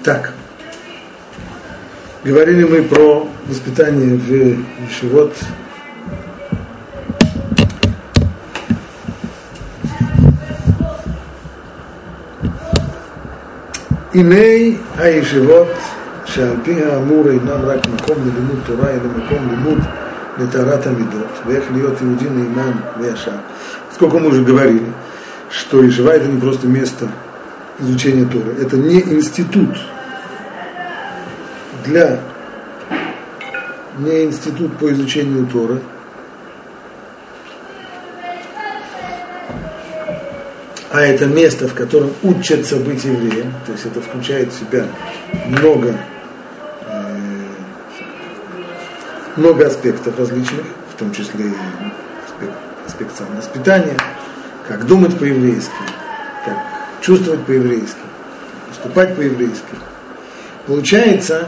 Так, говорили мы про воспитание в ешивот. Иней הישיבות שעל פי האמור אינם רק מקום ללימוד תורה אלא מקום לימוד לטהרת המידות ואיך להיות יהודי נאמן וישר. Сколько мы уже говорили, что ешива это не просто место изучения Торы, это не институт по изучению Торы, а это место, в котором учатся быть евреем, то есть это включает в себя много аспектов различных, в том числе и аспект самовоспитания, как думать по-еврейски, как чувствовать по-еврейски, поступать по-еврейски. Получается,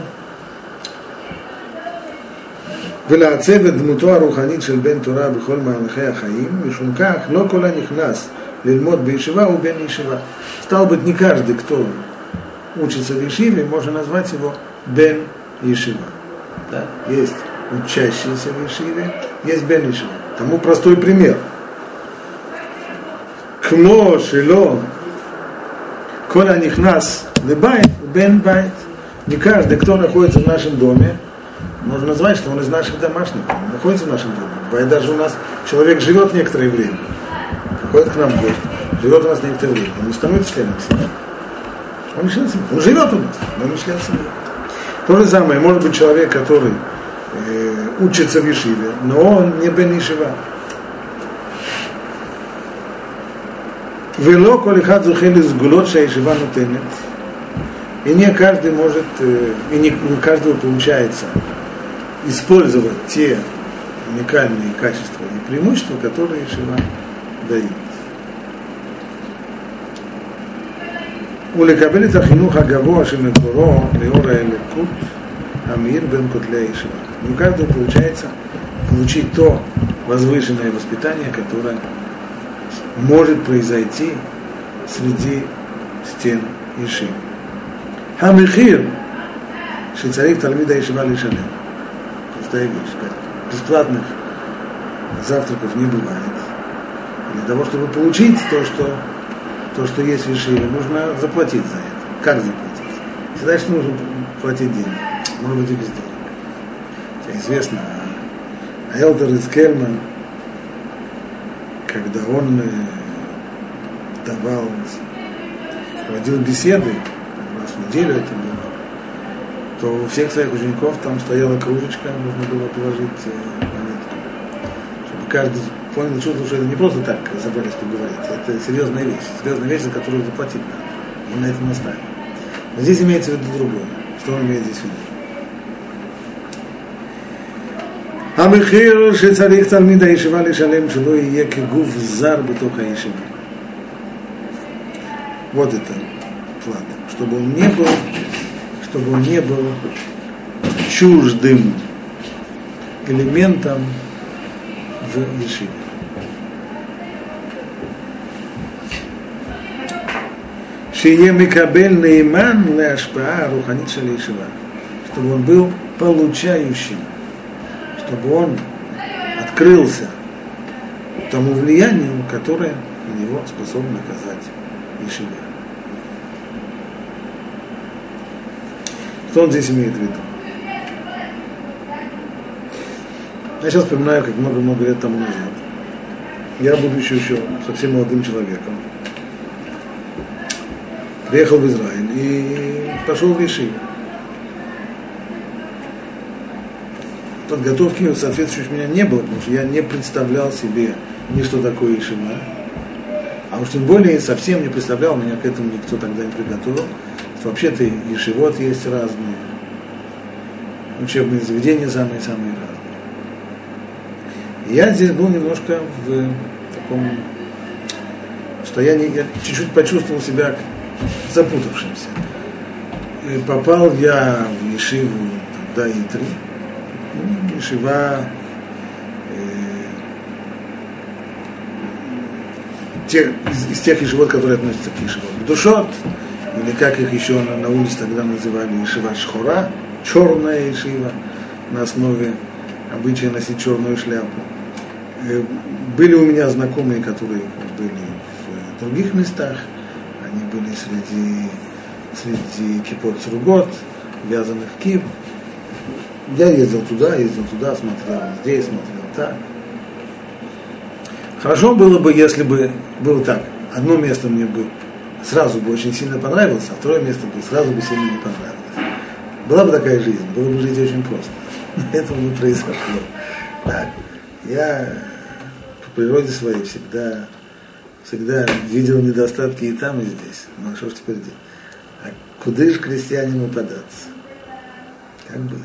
ולעצב את דמותו הרוחנית של בן תורה בכל מהלכי החיים, משום כך לא כל הנכנס лильмот бейшива у бен ешива. Стало быть, не каждый, кто учится в ешиве, можно назвать его бен ешива. Да? Есть учащийся в ешиве, есть бен ешива. Тому простой пример. Кмо шило коля нихнас лебайт бен байт. Не каждый, кто находится в нашем доме, можно назвать, что он из наших домашних. Он находится в нашем доме. Бывает, даже у нас человек живет некоторое время. Приходит к нам в гости, живет у нас некоторое время, он не становится членом семьи. Он не член семьи. Он живет у нас, но не член семьи. То же самое, может быть человек, который учится в ешиве, но он не бен ешива. Вело колихат зухели сгулот шаешива нутенет. И не каждый может, и не у каждого получается использовать те уникальные качества и преимущества, которые ешива дает. ולקבל את החינוך הגבוה שמקורו לאור האלוקות המאיר בין כותלי הישיבה. У каждого получается получить то возвышенное воспитание, которое может произойти среди стен ешивы. המחיר שצריך תלמיד הישיבה לשלם. Простая вещь. Бесплатных завтраков не бывает. Для того, чтобы получить то, что есть в ешиве, нужно заплатить за это. Как заплатить? Всегда что нужно платить деньги. Может быть и без денег. Известно, Элдер из Кельман, когда он проводил беседы, раз в неделю это было, то у всех своих учеников там стояла кружечка, нужно было положить монетку, чтобы каждый понял, чувствовал, что это не просто так собрались поговорить, это серьезная вещь, за которую заплатить надо. Он на этом настаивает. Но здесь имеется в виду другое. Что он имеет здесь в виду? המחיר שצריך תלמיד הישיבה לשלם שלא יהיה כגוף זר בתוך הישיבה. Вот это плата. Чтобы он не был чуждым элементом в ешиве. שיהיה מקבל נאמן להשפעה הרוחנית של הישיבה. чтобы он был получающим, чтобы он открылся тому влиянию, которое на него способно оказать ешива. Что он здесь имеет в виду? Я сейчас вспоминаю, как много-много лет тому назад. Я, будучи еще совсем молодым человеком, приехал в Израиль и пошел в ешиву. Подготовки соответствующей у меня не было, потому что я не представлял себе ни что такое ешива. А уж тем более совсем не представлял, меня к этому никто тогда не приготовил. Вообще-то ешивот есть разные, учебные заведения самые-самые разные. И я здесь был немножко в таком состоянии, я чуть-чуть почувствовал себя запутавшимся. И попал я в ешиву тогда Итри. Ешива из тех ешивот, которые относятся к ешивот Бдушот, или как их еще на улице тогда называли, ешива шхора, черная ешива, на основе обычая носить черную шляпу. Были у меня знакомые, которые были в других местах, они были среди кипот-сругот, вязаных кип. Я ездил туда, смотрел здесь, смотрел так. Хорошо было бы, если бы было так. Одно место мне бы сразу бы очень сильно понравилось, а второе место бы сразу бы сильно не понравилось. Была бы такая жизнь, было бы жить очень просто. Но этого не произошло. Так, я по природе своей всегда видел недостатки и там, и здесь. Ну а что ж теперь делать? А куда же крестьянину податься? Как быть?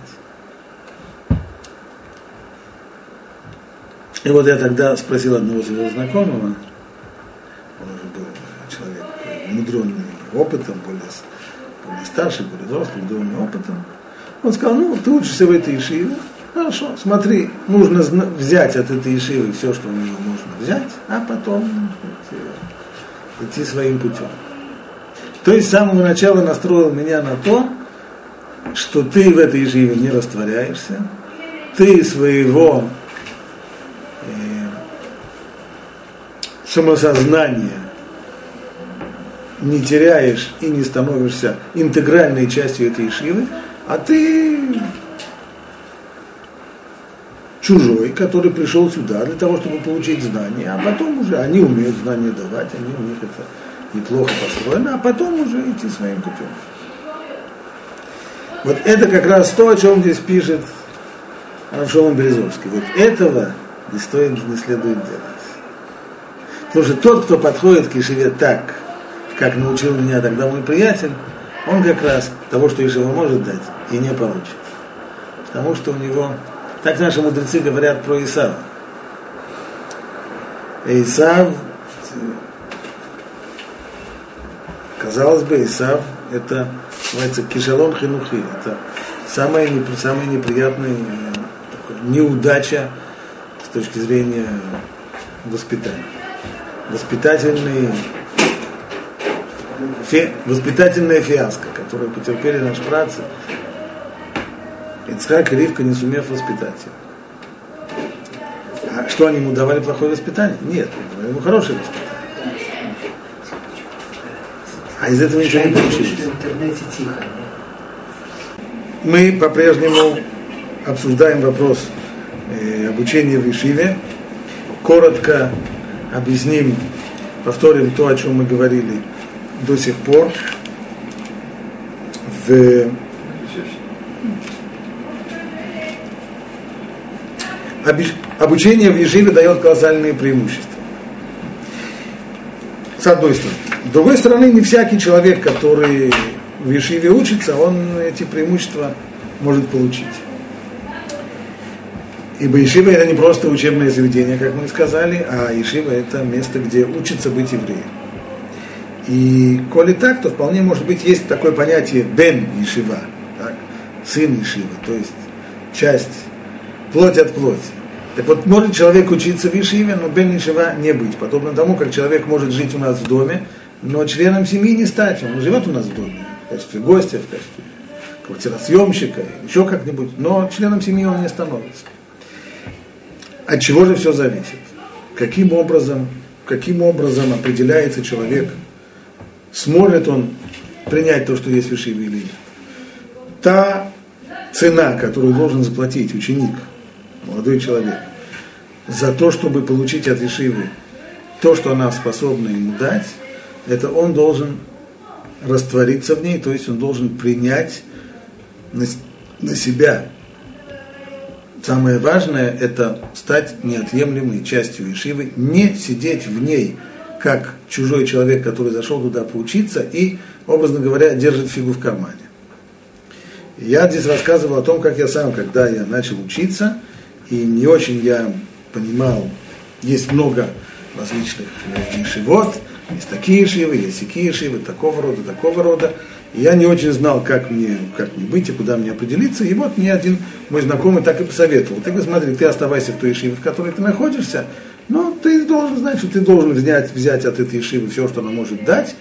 И вот я тогда спросил одного своего знакомого, он уже был человек мудренный опытом, более старший, более взрослый, мудренный опытом. Он сказал, ну, ты учишься в этой ешиве, хорошо, смотри, нужно взять от этой ешивы все, что у нее можно взять, а потом идти своим путем. То есть с самого начала настроил меня на то, что ты в этой ешиве не растворяешься, ты своего самосознание не теряешь и не становишься интегральной частью этой ешивы, а ты чужой, который пришел сюда для того, чтобы получить знания, а потом уже они умеют знания давать, у них это неплохо построено, а потом уже идти своим путем. Вот это как раз то, о чем здесь пишет Авшолом Березовский. Вот этого не следует делать. Потому что тот, кто подходит к ешиве так, как научил меня тогда мой приятель, он как раз того, что ешива может дать, и не получит. Потому что у него, так наши мудрецы говорят про Исава. Исав, казалось бы, Исав это называется кишалон хинухи, это самая неприятная неудача с точки зрения воспитания. Воспитательная фиаско, которую потерпели наши праотцы, Ицхак и Ривка, не сумев воспитать его. А что они ему давали плохое воспитание? Нет, давали ему хорошее воспитание. А из этого ничего не получилось. Мы по-прежнему обсуждаем вопрос обучения в ешиве. Коротко объясним, повторим то, о чем мы говорили до сих пор. Обучение в ешиве дает колоссальные преимущества. С одной стороны. С другой стороны, не всякий человек, который в ешиве учится, он эти преимущества может получить. Ибо ешива это не просто учебное заведение, как мы сказали, а ешива это место, где учится быть евреем. И коли так, то вполне может быть есть такое понятие бен ешива, так, сын ешива, то есть часть, плоть от плоти. Так вот, может человек учиться в ешиве, но бен ешива не быть, подобно тому, как человек может жить у нас в доме, но членом семьи не стать, он живет у нас в доме, в качестве гостя, в качестве квартиросъемщика, еще как-нибудь, но членом семьи он не становится. От чего же все зависит? Каким образом определяется человек, сможет он принять то, что есть в ешиве или нет? Та цена, которую должен заплатить ученик, молодой человек, за то, чтобы получить от ешивы то, что она способна ему дать, это он должен раствориться в ней, то есть он должен принять на себя. Самое важное – это стать неотъемлемой частью ешивы, не сидеть в ней, как чужой человек, который зашел туда поучиться и, образно говоря, держит фигу в кармане. Я здесь рассказывал о том, как я сам, когда я начал учиться, и не очень я понимал, есть много различных ешивот, есть такие ешивы, есть такие ешивы, такого рода. И я не очень знал, как мне быть и куда мне определиться. И вот мне один мой знакомый так и посоветовал. Ты смотри, ты оставайся в той ешиве, в которой ты находишься, но ты должен знать, что ты должен взять от этой ешивы все, что она может дать,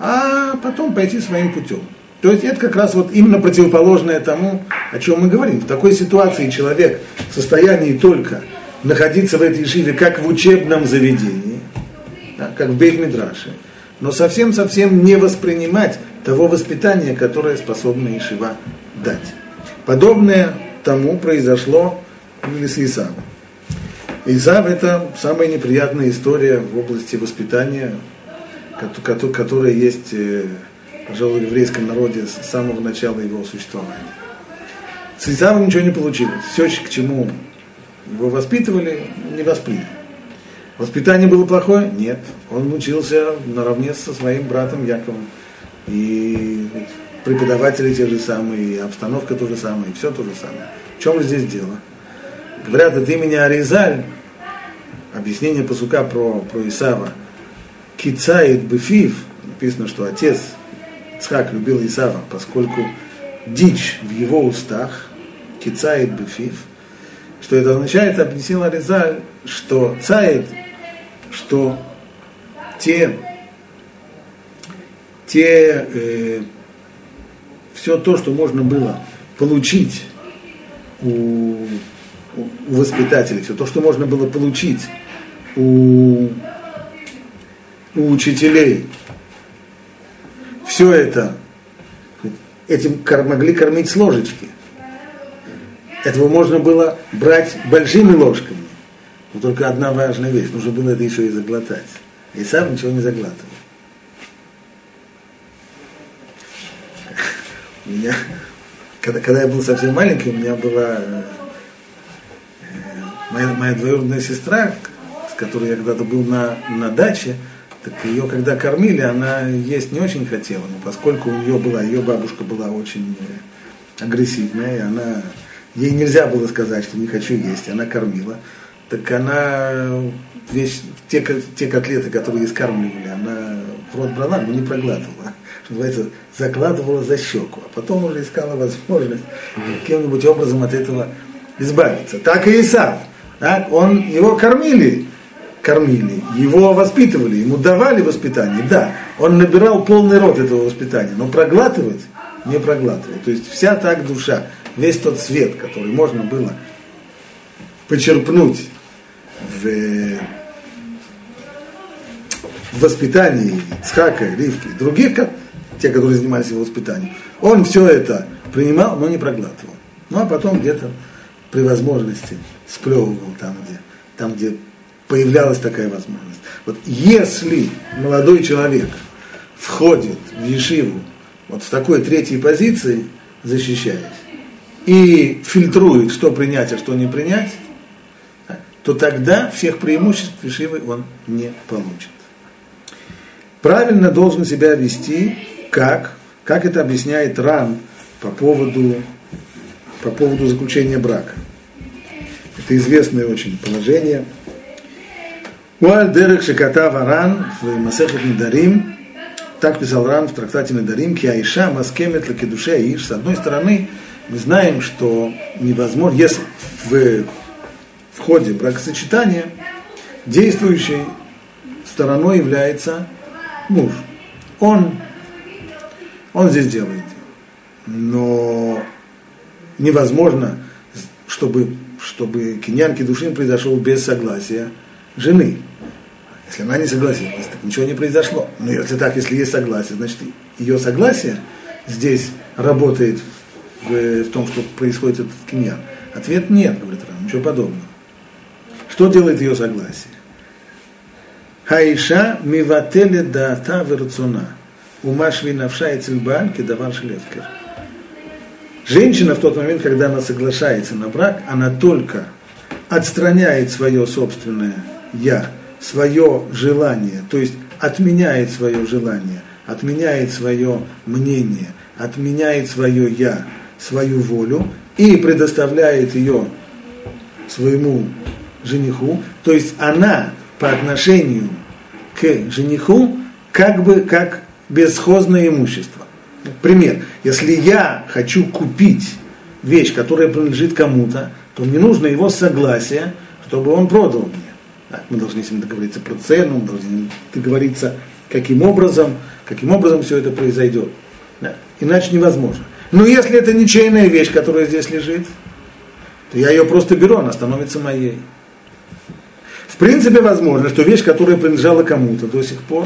а потом пойти своим путем. То есть это как раз вот именно противоположное тому, о чем мы говорим. В такой ситуации человек в состоянии только находиться в этой ешиве, как в учебном заведении, да, как в бейт-мидраше, но совсем-совсем не воспринимать того воспитания, которое способна ешива дать. Подобное тому произошло с Исавом. Исав – это самая неприятная история в области воспитания, которая есть, пожалуй, в еврейском народе с самого начала его существования. С Исавом ничего не получилось. Все, к чему его воспитывали, не восприняли. Воспитание было плохое? Нет. Он учился наравне со своим братом Яковом. И преподаватели те же самые, и обстановка то же самое, и все то же самое. В чем же здесь дело? Говорят от имени Аризаль, объяснение пасука про Исава, кицает бефив, написано, что отец Ицхак любил Исава, поскольку дичь в его устах, кицает бефив, что это означает, объяснил Аризаль, что цает, что все то, что можно было получить у воспитателей, все то, что можно было получить у учителей, все это, этим могли кормить с ложечки. Этого можно было брать большими ложками. Но только одна важная вещь, нужно было это еще и заглотать. И сам ничего не заглатывал. У меня, когда я был совсем маленький, у меня была моя двоюродная сестра, с которой я когда-то был на даче, так ее когда кормили, она есть не очень хотела, но поскольку ее бабушка была очень агрессивная, и ей нельзя было сказать, что не хочу есть, она кормила, так она те котлеты, которые ей скармливали, она в рот брала, но не проглатывала. Что называется, закладывала за щеку, а потом уже искала возможность каким-нибудь образом от этого избавиться. Так и Исав. Так, его кормили, его воспитывали, ему давали воспитание, да, он набирал полный рот этого воспитания, но проглатывать не проглатывал. То есть вся так душа, весь тот свет, который можно было почерпнуть в воспитании Ицхака, Ривки и других, те, которые занимались его воспитанием, он все это принимал, но не проглатывал. Ну а потом где-то при возможности сплевывал там, где появлялась такая возможность. Вот если молодой человек входит в ешиву вот в такой третьей позиции, защищаясь, и фильтрует, что принять, а что не принять, то тогда всех преимуществ ешивы он не получит. Правильно должен себя вести, как это объясняет Ран по поводу заключения брака. Это известное очень положение. Уаль дерех шекатав Ран в Масехет Недарим, так писал Ран в трактате Недарим, ки аиша маскемет лекедуше аиш. С одной стороны, мы знаем, что невозможно, если в ходе бракосочетания действующей стороной является муж. Он здесь делает. Но невозможно, чтобы киньян кидушин произошел без согласия жены. Если она не согласилась, так ничего не произошло. Но если есть согласие, значит ее согласие здесь работает в том, что происходит этот киньян. Ответ нет, говорит Ран, ничего подобного. Что делает ее согласие? Хаиша мивателе даата верцуна. Умашви навша и цильбан кедавар шелевкер. Женщина в тот момент, когда она соглашается на брак, она только отстраняет свое собственное «я», свое желание, то есть отменяет свое желание, отменяет свое мнение, отменяет свое «я», свою волю и предоставляет ее своему жениху, то есть она по отношению к жениху как бесхозное имущество. Пример. Если я хочу купить вещь, которая принадлежит кому-то, то мне нужно его согласие, чтобы он продал мне. Мы должны с ним договориться про цену, мы должны договориться, каким образом все это произойдет. Да. Иначе невозможно. Но если это ничейная вещь, которая здесь лежит, то я ее просто беру, она становится моей. В принципе, возможно, что вещь, которая принадлежала кому-то до сих пор,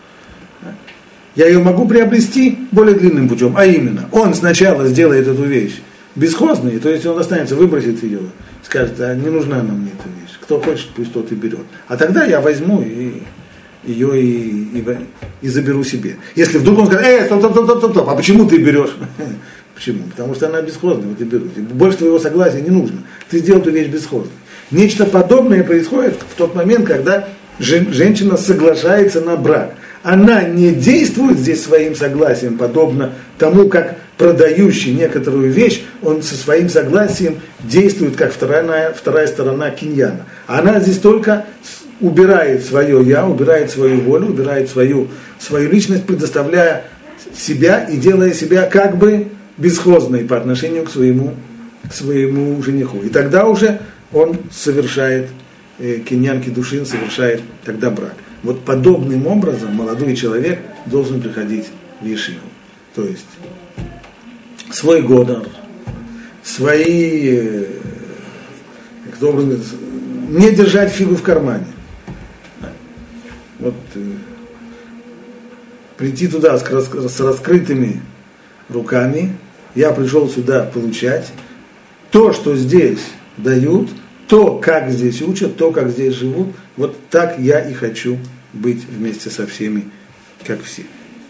я ее могу приобрести более длинным путем, а именно, он сначала сделает эту вещь бесхозной, то есть он останется, выбросит ее, скажет, а не нужна нам мне эта вещь, кто хочет, пусть тот и берет. А тогда я возьму ее и заберу себе. Если вдруг он скажет, стоп, а почему ты берешь? Почему? Потому что она бесхозная, вот и беру. Больше твоего согласия не нужно. Ты сделал эту вещь бесхозной. Нечто подобное происходит в тот момент, когда женщина соглашается на брак. Она не действует здесь своим согласием, подобно тому, как продающий некоторую вещь, он со своим согласием действует, как вторая сторона киньяна. Она здесь только убирает свое «я», убирает свою волю, убирает свою личность, предоставляя себя и делая себя как бы бесхозной по отношению к своему жениху. И тогда уже он совершает киньян кидушин, совершает тогда брак. Вот подобным образом молодой человек должен приходить в ешиву. То есть свой годор, не держать фигу в кармане. Вот прийти туда с раскрытыми руками. Я пришел сюда получать то, что здесь дают, то, как здесь учат, то, как здесь живут, вот так я и хочу быть вместе со всеми, как все.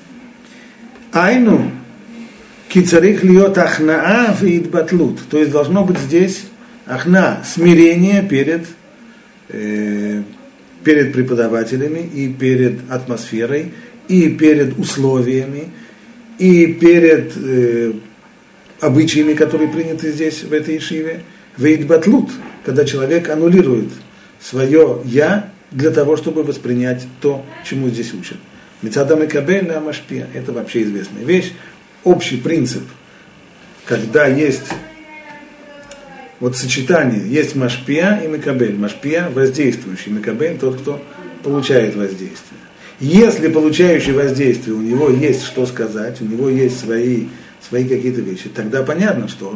Айну кицарих льет ахнаа веидбатлут. То есть должно быть здесь ахна, смирение перед преподавателями и перед атмосферой, и перед условиями, и перед обычаями, которые приняты здесь, в этой ешиве. Веидбатлут, когда человек аннулирует свое «я» для того, чтобы воспринять то, чему здесь учат. Мицадам и кабель на машпия. Это вообще известная вещь. Общий принцип, когда есть вот сочетание, есть машпия и микабель. Машпия – воздействующий, микабель – тот, кто получает воздействие. Если получающий воздействие, у него есть что сказать, у него есть свои какие-то вещи, тогда понятно, что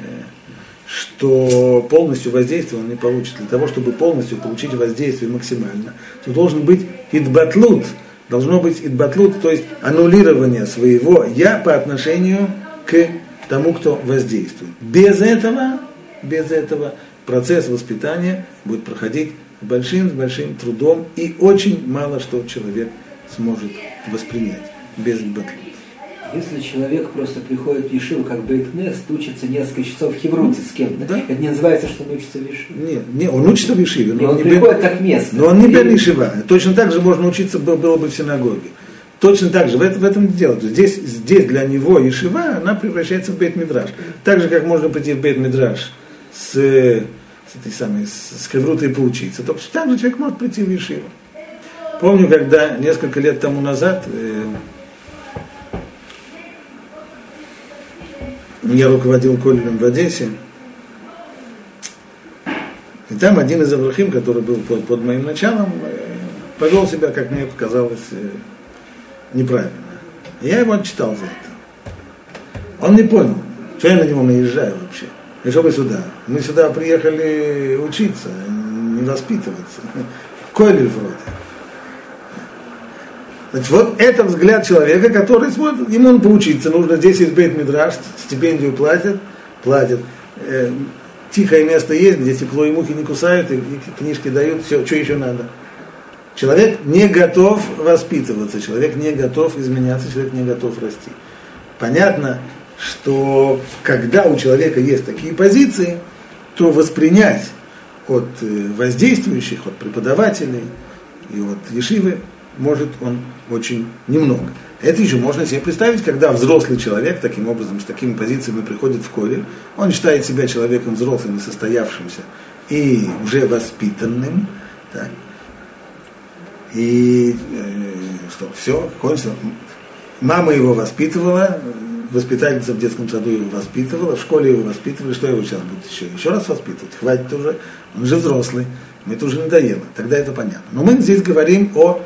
полностью воздействие он не получит. Для того, чтобы полностью получить воздействие максимально, то должен быть идбатлут, должно быть идбатлут, то есть аннулирование своего «я» по отношению к тому, кто воздействует. Без этого процесс воспитания будет проходить с большим трудом, и очень мало что человек сможет воспринять без идбатлут. Если человек просто приходит в ешиву, как бейт-кнесет, учится несколько часов в хевруте с кем-то, да? Это не называется, что он учится в ешиве? Нет, он учится в ешиве. Но он приходит как место. Но он не бен ешива. Точно так же можно учиться было бы в синагоге. Точно так же, в этом дело. Здесь для него ешива, она превращается в бейт-мидраш. Так же, как можно прийти в бейт-мидраш с хеврутой и поучиться. Точно так же человек может прийти в ешиву. Помню, когда несколько лет тому назад я руководил колледжем в Одессе, и там один из аврахим, который был под моим началом, повел себя, как мне показалось, неправильно. И я его отчитал за это. Он не понял, что я на него наезжаю вообще. И что вы сюда? Мы сюда приехали учиться, не воспитываться. Колледж вроде. Значит, вот это взгляд человека, который смотрит, ему надо поучиться, нужно здесь есть бейт-мидраш, стипендию платят, тихое место есть, где тепло и мухи не кусают, и книжки дают, все, что еще надо. Человек не готов воспитываться, человек не готов изменяться, человек не готов расти. Понятно, что когда у человека есть такие позиции, то воспринять от воздействующих, от преподавателей и от ешивы может он очень немного. Это еще можно себе представить, когда взрослый человек, таким образом, с такими позициями приходит в колледж, он считает себя человеком взрослым и состоявшимся, и уже воспитанным, так, и все, кончится. Мама его воспитывала, воспитательница в детском саду его воспитывала, в школе его воспитывали, что его сейчас будут еще раз воспитывать? Хватит уже, он же взрослый, мне это уже надоело, тогда это понятно. Но мы здесь говорим о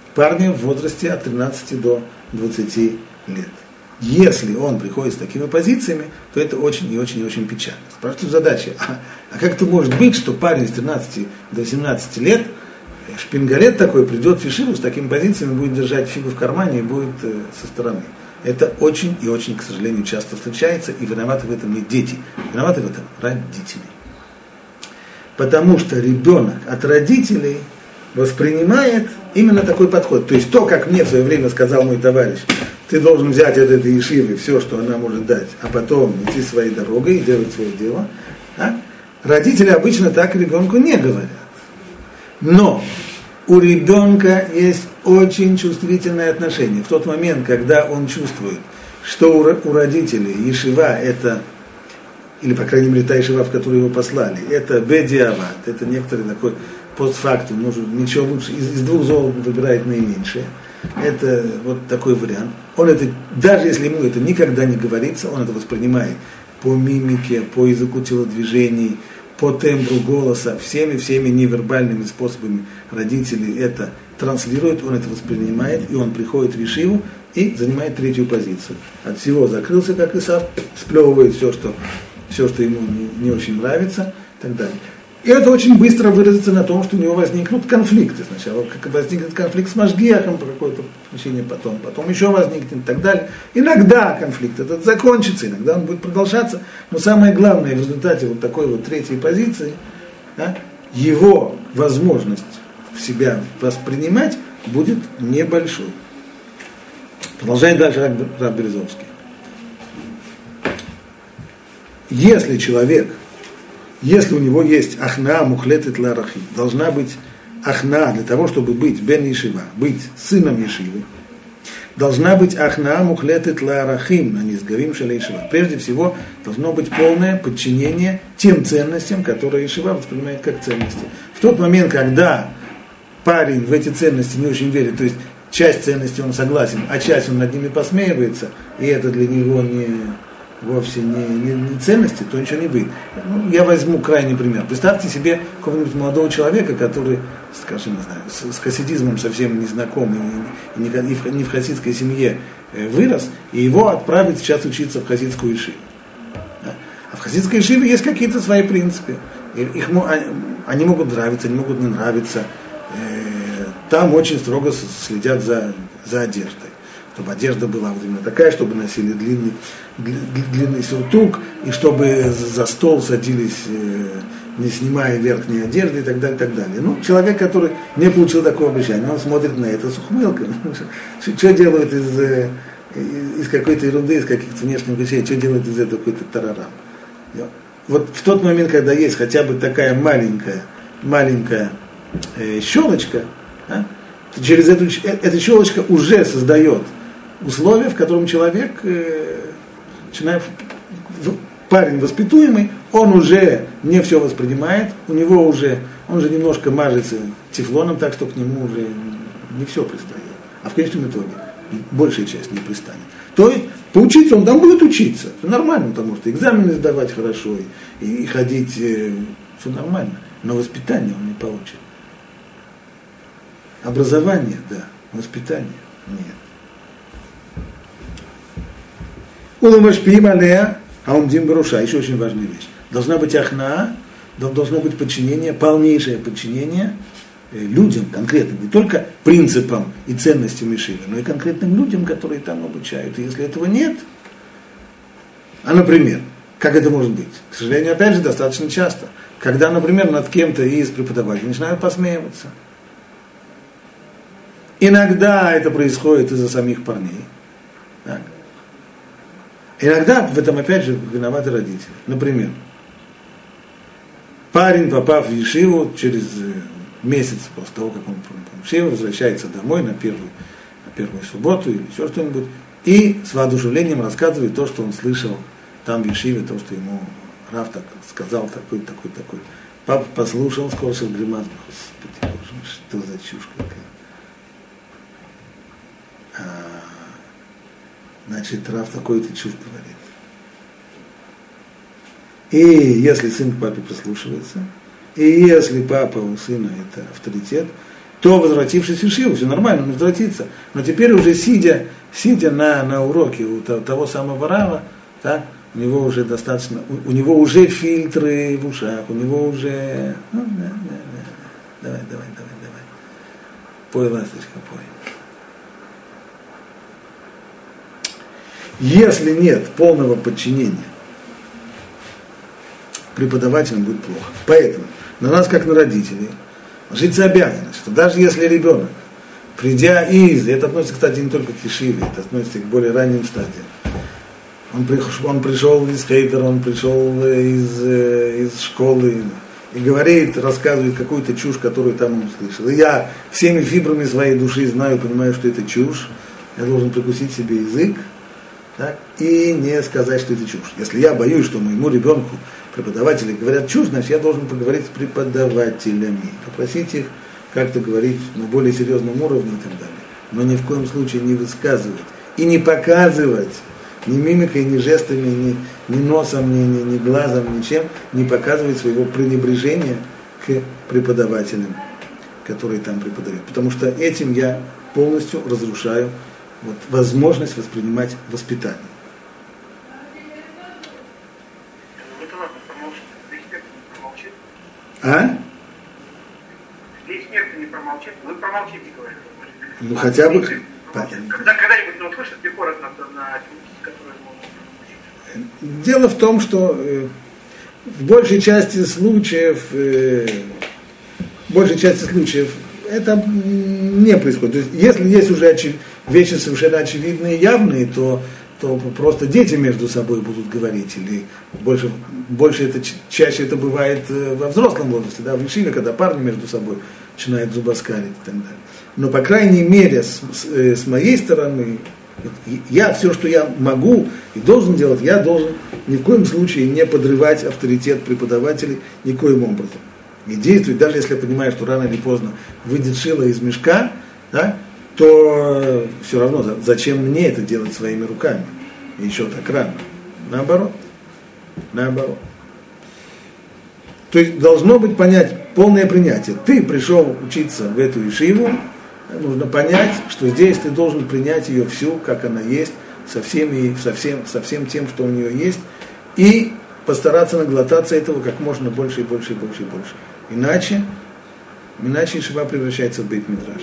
парня в возрасте от 13 до 20 лет. Если он приходит с такими позициями, то это очень и очень и очень печально. Спрашивают задачи, а как это может быть, что парень с 13 до 17 лет, шпингалет такой, придет в ешиву с такими позициями, будет держать фигу в кармане и будет со стороны. Это очень и очень, к сожалению, часто встречается, и виноваты в этом не дети, виноваты в этом родители. Потому что ребенок от родителей воспринимает именно такой подход. То есть то, как мне в свое время сказал мой товарищ, ты должен взять от этой ешивы все, что она может дать, а потом идти своей дорогой и делать свое дело. Да? Родители обычно так ребенку не говорят. Но у ребенка есть очень чувствительное отношение. В тот момент, когда он чувствует, что у родителей ешива это, или, по крайней мере, та ешива, в которую его послали, это бедиават, это некоторый такой постфактум, ничего лучше, из двух зол выбирает наименьшее. Это вот такой вариант. Он это, даже если ему это никогда не говорится, он это воспринимает по мимике, по языку телодвижений, по тембру голоса, всеми невербальными способами родители это транслируют, он это воспринимает, и он приходит в ешиву и занимает третью позицию. От всего закрылся, как Исав, сплевывает все, что ему не очень нравится, и так далее. И это очень быстро выразится на том, что у него возникнут конфликты. Сначала возникнет конфликт с Машгиахом по какой-то причине, потом еще возникнет и так далее. Иногда конфликт этот закончится, иногда он будет продолжаться, но самое главное в результате вот такой вот третьей позиции, да, его возможность себя воспринимать будет небольшой. Продолжает дальше Рав Березовский. Если у него есть ахна мухлетет ларахим, должна быть ахна для того, чтобы быть бен ешива, быть сыном ешивы, должна быть ахна мухлетет ларахим, а не сгорим шале ешива. Прежде всего, должно быть полное подчинение тем ценностям, которые ешива воспринимает как ценности. В тот момент, когда парень в эти ценности не очень верит, то есть часть ценностей он согласен, а часть он над ними посмеивается, и это для него вовсе не ценности, то ничего не выйдет. Я возьму крайний пример. Представьте себе какого-нибудь молодого человека, который, скажем, не знаю, с хасидизмом совсем не знаком и не в хасидской семье вырос, и его отправить сейчас учиться в хасидскую ешиву. А в хасидской ешиве есть какие-то свои принципы. Они могут нравиться, они могут не нравиться. Там очень строго следят за одеждой. Чтобы одежда была вот именно такая, чтобы носили длинный сюртук, и чтобы за стол садились, не снимая верхней одежды и так далее, и так далее. Ну, человек, который не получил такого обещания, он смотрит на это с ухмылкой. Что делают из какой-то ерунды, из каких-то внешних вещей, что делают из этого какой-то тарарам. Вот в тот момент, когда есть хотя бы такая маленькая щелочка, да, через эта щелочка уже создает условия, в котором человек, парень воспитуемый, он уже не все воспринимает, он уже немножко мажется тефлоном, так что к нему уже не все пристает. А в конечном итоге большая часть не пристанет. То есть поучиться он там будет учиться, все нормально, потому что экзамены сдавать хорошо и ходить, все нормально, но воспитание он не получит. Образование, да, воспитание нет. Улумашпиим алея аумдим баруша, еще очень важная вещь. Должна быть ахна, должно быть подчинение, полнейшее подчинение людям конкретным, не только принципам и ценностям ешивы, но и конкретным людям, которые там обучают. И если этого нет, например, как это может быть? К сожалению, опять же, достаточно часто. Когда, например, над кем-то из преподавателей начинают посмеиваться. Иногда это происходит из-за самих парней. Так. Иногда в этом, опять же, виноваты родители. Например, парень, попав в ешиву, через месяц после того, как он в ешиву, возвращается домой на первую субботу или еще что-нибудь, и с воодушевлением рассказывает то, что он слышал там в ешиве, то, что ему Рав так сказал, такой. Папа послушал, скорчил гримас, господи, боже, что за чушь какая. Значит, Рав такой-то чушь говорит. И если сын к папе прислушивается, и если папа у сына это авторитет, то, возвратившись в Ешиву, все нормально, он возвратится. Но теперь уже сидя на уроке у того самого Рава, да, у него уже достаточно, у него уже фильтры в ушах, у него уже... Ну, давай. Пой, ласточка, пой. Если нет полного подчинения, преподавателям будет плохо. Поэтому на нас, как на родителей, ложится обязанность, что даже если ребенок, придя это относится, кстати, не только к ешиве, это относится и к более ранним стадиям, он пришел из хейтера, он пришел из школы и говорит, рассказывает какую-то чушь, которую там он услышал. И я всеми фибрами своей души знаю, понимаю, что это чушь. Я должен прикусить себе язык, так, и не сказать, что это чушь. Если я боюсь, что моему ребенку преподаватели говорят чушь, значит, я должен поговорить с преподавателями, попросить их как-то говорить на более серьезном уровне и так далее. Но ни в коем случае не высказывать и не показывать ни мимикой, ни жестами, ни носом, ни глазом, ничем не показывать своего пренебрежения к преподавателям, которые там преподают. Потому что этим я полностью разрушаю возможность воспринимать воспитание. А? Здесь смерть не промолчит, вы промолчите, говорят. Ну хотя бы... Когда-нибудь услышат бихор на который можно. Дело в том, что в большей части случаев это не происходит. То есть, если есть уже вещи совершенно очевидные и явные, то просто дети между собой будут говорить, или чаще это бывает во взрослом возрасте, да, в ешиве, когда парни между собой начинают зубоскалить и так далее. Но, по крайней мере, с моей стороны, я все, что я могу и должен делать, я должен ни в коем случае не подрывать авторитет преподавателей никоим образом. И действовать, даже если я понимаю, что рано или поздно выйдет шило из мешка, да, то все равно, зачем мне это делать своими руками? И еще так рано. Наоборот. То есть должно быть полное принятие. Ты пришел учиться в эту ешиву, нужно понять, что здесь ты должен принять ее всю, как она есть, со всем тем, что у нее есть, и постараться наглотаться этого как можно больше и больше и больше и больше. Иначе ешива превращается в бейт-мидраш.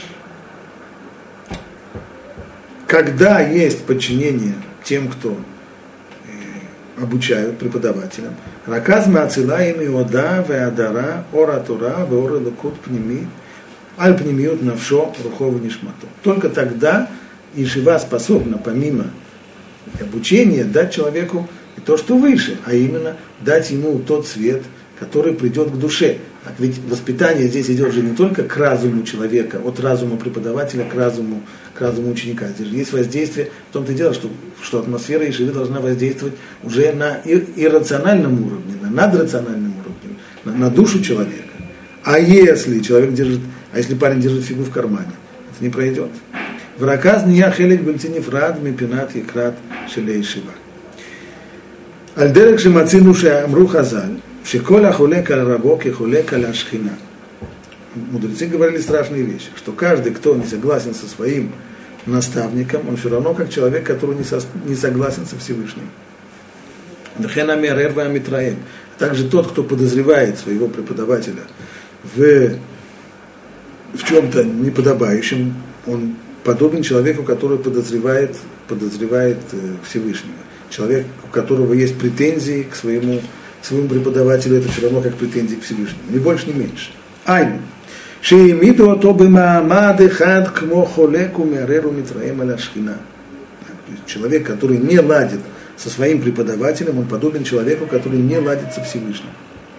Когда есть подчинение тем, кто обучают преподавателям, раказ маацилаим иода веадара ора тора веора лукут пними аль пнимиют навшо рухов нишмато. Только тогда ешива способна, помимо обучения, дать человеку и то, что выше, а именно дать ему тот свет, который придет к душе. Так ведь воспитание здесь идет же не только к разуму человека, от разума преподавателя к разуму ученика. Здесь же есть воздействие, в том-то и дело, что атмосфера ешивы должна воздействовать уже на иррациональном уровне, на надрациональном уровне, на душу человека. А если парень держит фигу в кармане, это не пройдет. Враказ ния хелек бельтинифрад мипинат екрат шелей шива. Альдерек шемацину шеамру хазаль. Шеколя хулек аль рабок и хулек аль ашхина. Мудрецы говорили страшные вещи, что каждый, кто не согласен со своим наставником, он все равно как человек, который не согласен со Всевышним. Также тот, кто подозревает своего преподавателя в чем-то неподобающем, он подобен человеку, который подозревает Всевышнего. Человек, у которого есть претензии к своему преподавателю, это все равно как претензии к Всевышнему. Ни больше, ни меньше. Айн. Шеимиду ото бимаамад эхад кмо холек умереру митраем аля шхина. Человек, который не ладит со своим преподавателем, он подобен человеку, который не ладит со Всевышним.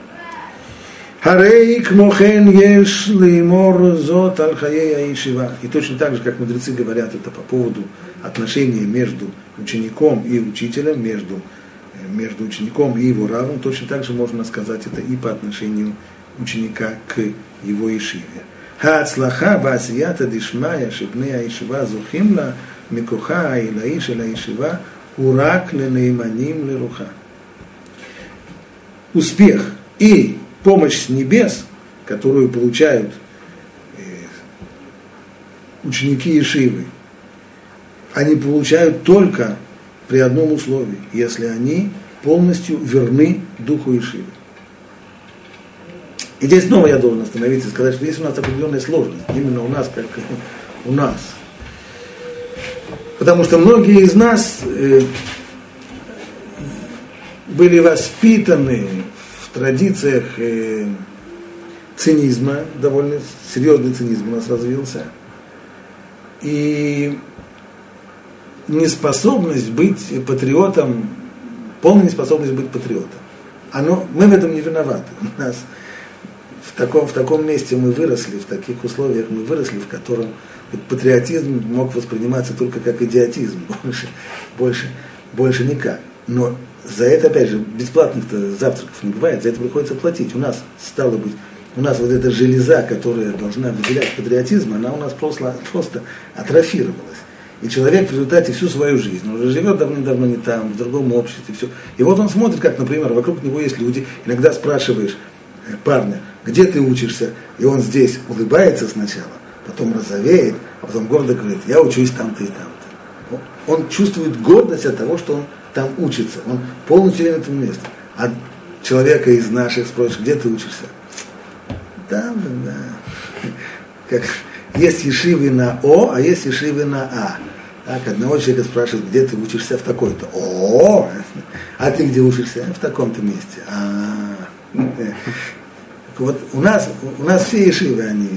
Харей кмохен еш леймор зот аль хаей ешива. И точно так же, как мудрецы говорят это по поводу отношения между учеником и учителем, между учеником и его равным, точно так же можно сказать это и по отношению ученика к его ешиве. Хаацлаха баасията дишмая шибнея ешива зухимла микоха аилаи шела ешива урак ленейманим леруха. Успех и помощь с небес, которую получают ученики Ешивы, они получают только при одном условии, если они полностью верны духу Ешивы. И здесь снова я должен остановиться и сказать, что есть у нас определенная сложность, именно у нас, как у нас. Потому что многие из нас были воспитаны в традициях цинизма, довольно серьезный цинизм у нас развился. И неспособность быть патриотом, полная неспособность быть патриотом. Мы в этом не виноваты. У нас в таком месте мы выросли, в таких условиях мы выросли, в котором патриотизм мог восприниматься только как идиотизм, больше никак. Но за это, опять же, бесплатных-то завтраков не бывает, за это приходится платить. У нас, стало быть, вот эта железа, которая должна выделять патриотизм, она у нас просто атрофировалась. И человек в результате всю свою жизнь, он уже живет давным-давно не там, в другом обществе, все. И вот он смотрит, как, например, вокруг него есть люди, иногда спрашиваешь парня, где ты учишься, и он здесь улыбается сначала, потом розовеет, а потом гордо говорит, я учусь там-то и там-то. Он чувствует гордость от того, что он там учится, он полностью верен этому месту. А человека из наших спросишь, где ты учишься? Там, да. Как, есть ешивы на О, а есть ешивы на А. Так, одного человека спрашивают, где ты учишься в такой-то. О, а ты где учишься? В таком-то месте. Вот у нас все ешивы, они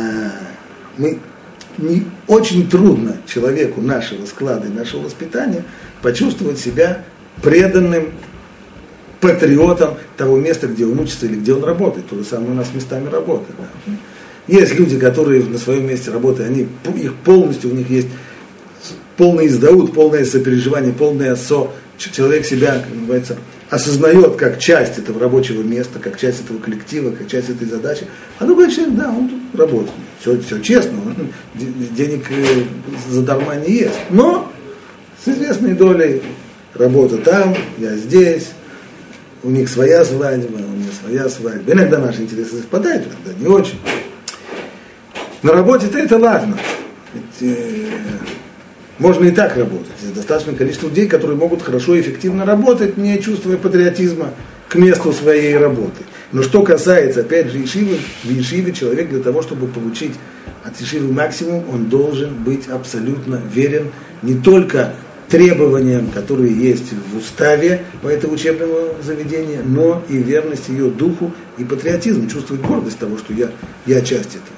не очень трудно человеку нашего склада и нашего воспитания почувствовать себя преданным патриотом того места, где он учится или где он работает. То же самое у нас местами работы. Да. Есть люди, которые на своем месте работают, у них есть полный издаут, полное сопереживание, полное человек себя, как называется, осознает как часть этого рабочего места, как часть этого коллектива, как часть этой задачи. А другой человек, да, он тут работает. Все честно, денег задарма не есть. Но с известной долей работа там, я здесь, у них своя свадьба, у меня своя свадьба. Иногда наши интересы совпадают, иногда не очень. На работе-то это ладно. Ведь, можно и так работать. Есть достаточное количество людей, которые могут хорошо и эффективно работать, не чувствуя патриотизма к месту своей работы. Но что касается, опять же, ешивы, в ешиве человек для того, чтобы получить от ешивы максимум, он должен быть абсолютно верен не только требованиям, которые есть в уставе по этому учебному заведению, но и верность ее духу и патриотизму, чувствовать гордость того, что я часть этого.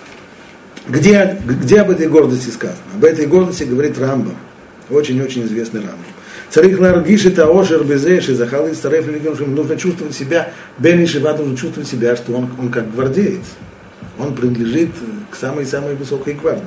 Где об этой гордости сказано? Об этой гордости говорит Рамбам, очень-очень известный Рамбам. Царих ларгиш это ошер безеш и захалы старев легион, что ему нужно чувствовать себя, бен ишива должен чувствовать себя, что он как гвардеец. Он принадлежит к самой-самой высокой гвардии.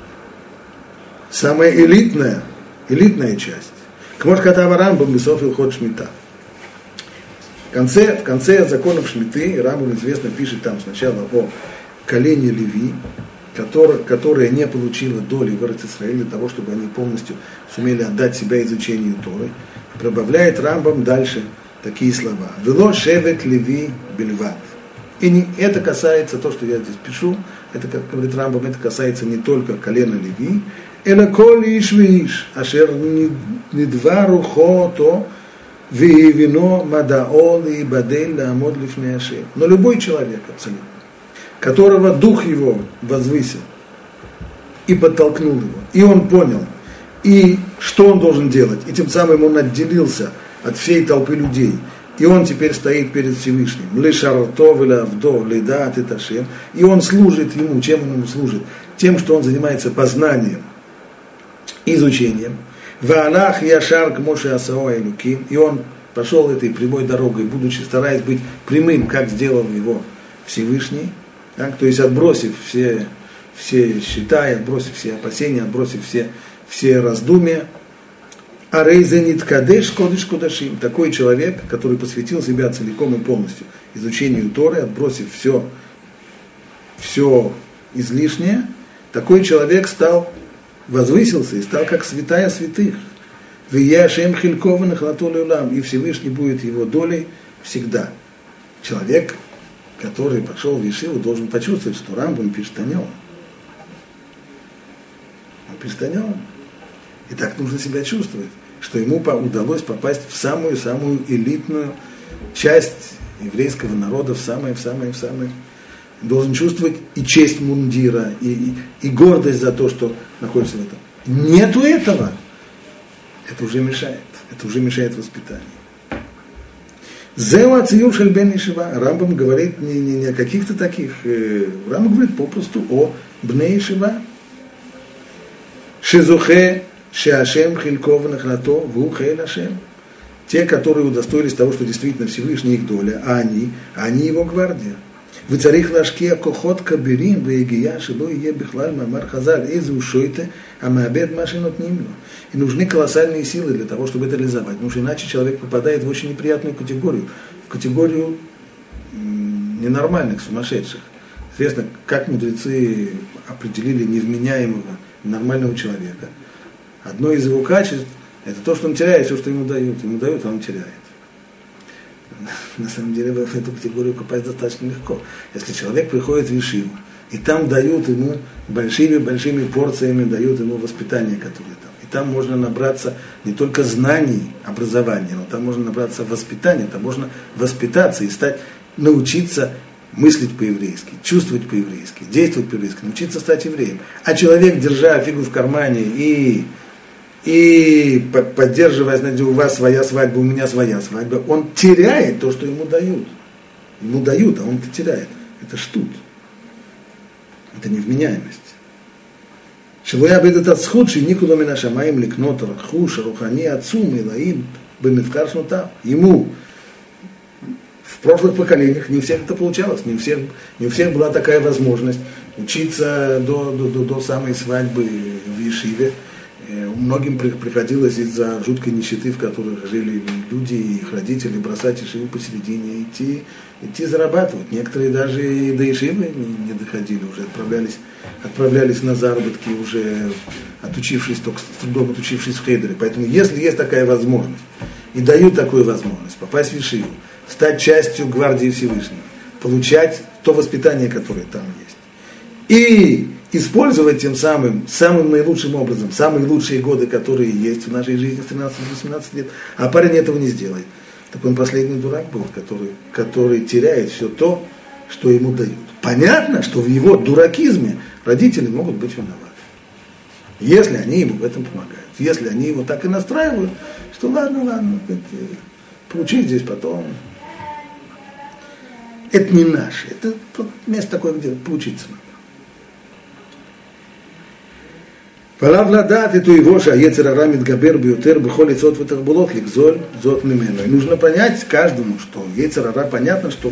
Самая элитная часть. Кмош катава Рамбам бесов илхот шмита. В конце законов Шмиты Рамбам известно пишет там сначала о колене Леви, которая не получила доли в Эрец-Исраэль для того, чтобы они полностью сумели отдать себя изучению Торы. Прибавляет Рамбам дальше такие слова. «Вело шевет Леви бельват». И это касается, то, что я здесь пишу, это, как говорит Рамбам, это касается не только колена Леви, «Эла коли иш виш, ашер нидва рухото виевино мадао лиибадель лаамод лифней Ашем». Но любой человек абсолютно, которого дух его возвысил и подтолкнул его, и он понял, и что он должен делать, и тем самым он отделился от всей толпы людей, и он теперь стоит перед Всевышним, и он служит ему, чем он ему служит? Тем, что он занимается познанием, изучением, и он пошел этой прямой дорогой, будучи стараясь быть прямым, как сделал его Всевышний, так, то есть отбросив все счета, отбросив все опасения, отбросив все раздумья. Арейзенит кадеш кодеш кодашим. Такой человек, который посвятил себя целиком и полностью изучению Торы, отбросив все излишнее, такой человек возвысился и стал как святая святых. Вияшем хилькованных латолеулам, и Всевышний будет его долей всегда. Человек, который пошел в ешиву, должен почувствовать, что Рамбам пишет о нем. перестанем. И так нужно себя чувствовать, что ему удалось попасть в самую-самую элитную часть еврейского народа, в самое. Должен чувствовать и честь мундира, и гордость за то, что находится в этом. Нету этого. Это уже мешает воспитанию. Зеу ациюр шель бен ешива. Рамбам говорит не о каких-то таких. Рамбам говорит попросту о бне ешива. Шизухе шеашем хильков нахлато вухе лашем. Те, которые удостоились того, что действительно Всевышний их доля, а они его гвардия. Вы царих лашки кохот кабирим вегия шило е бихлаль мамар хазаль эзу шойте амабед машинот нимло. И нужны колоссальные силы для того, чтобы это реализовать, потому что иначе человек попадает в очень неприятную категорию, в категорию ненормальных, сумасшедших. Известно, как мудрецы определили невменяемого, нормального человека. Одно из его качеств – это то, что он теряет все, что ему дают. Ему дают, а он теряет. На самом деле в эту категорию попасть достаточно легко. Если человек приходит в ешиву, и там дают ему большими порциями, дают ему воспитание, которое там. И там можно набраться не только знаний, образования, но там можно набраться воспитания, там можно воспитаться и научиться мыслить по-еврейски, чувствовать по-еврейски, действовать по-еврейски, научиться стать евреем. А человек, держа фигу в кармане и поддерживая, знаете, у вас своя свадьба, у меня своя свадьба, он теряет то, что ему дают. Ему дают, а он это теряет. Это штут. Это невменяемость. Шелуя бедет от схудший, никуда мина шамаим ликнот рахуша, рухани отцум, илаим, бемивкар шнута. Ему в прошлых поколениях не у всех это получалось, не у всех была такая возможность учиться до самой свадьбы в ешиве. Многим приходилось из-за жуткой нищеты, в которой жили люди и их родители, бросать ешиву посередине, идти зарабатывать. Некоторые даже и до ешивы не доходили, уже отправлялись на заработки, уже отучившись, только с трудом отучившись в хейдере. Поэтому если есть такая возможность, и дают такую возможность попасть в ешиву, стать частью гвардии Всевышнего, получать то воспитание, которое там есть, и использовать тем самым наилучшим образом, самые лучшие годы, которые есть в нашей жизни с 13 до 18 лет, а парень этого не сделает. Так он последний дурак был, который теряет все то, что ему дают. Понятно, что в его дуракизме родители могут быть виноваты. Если они ему в этом помогают. Если они его так и настраивают, что ладно, получи здесь потом. Это не наше. Это место такое, где поучиться надо. פרב לדעת את אויבו שהיצר הרע מתגבר ביותר בכל עצות ותחבולות לגזול זאת ממנו. И нужно понять каждому, что יצר הרע, понятно, что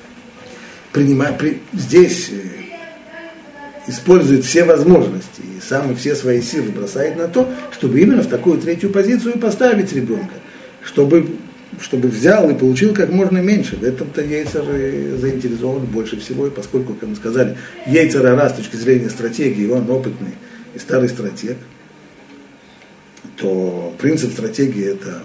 здесь использует все возможности и все свои силы бросает на то, чтобы именно в такую третью позицию поставить ребенка, чтобы взял и получил как можно меньше. В этом-то Йецер заинтересован больше всего, и поскольку, как мы сказали, Йецер ара с точки зрения стратегии, он опытный и старый стратег, то принцип стратегии – это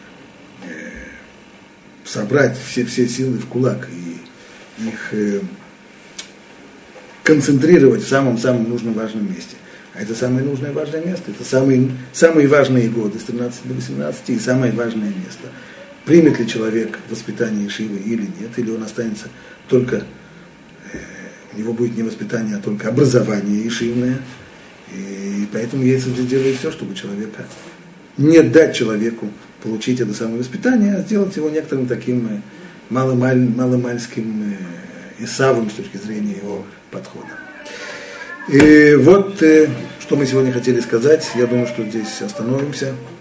собрать все силы в кулак и их концентрировать в самом нужном важном месте. А это самое нужное важное место, это самые важные годы с 13 до 18 и самое важное место. Примет ли человек воспитание ешивы или нет, или он останется только, у него будет не воспитание, а только образование ешивное. И поэтому Йецер делает все, чтобы не дать человеку получить это самое воспитание, а сделать его некоторым таким маломальским Исавом с точки зрения его подхода. И вот, что мы сегодня хотели сказать. Я думаю, что здесь остановимся.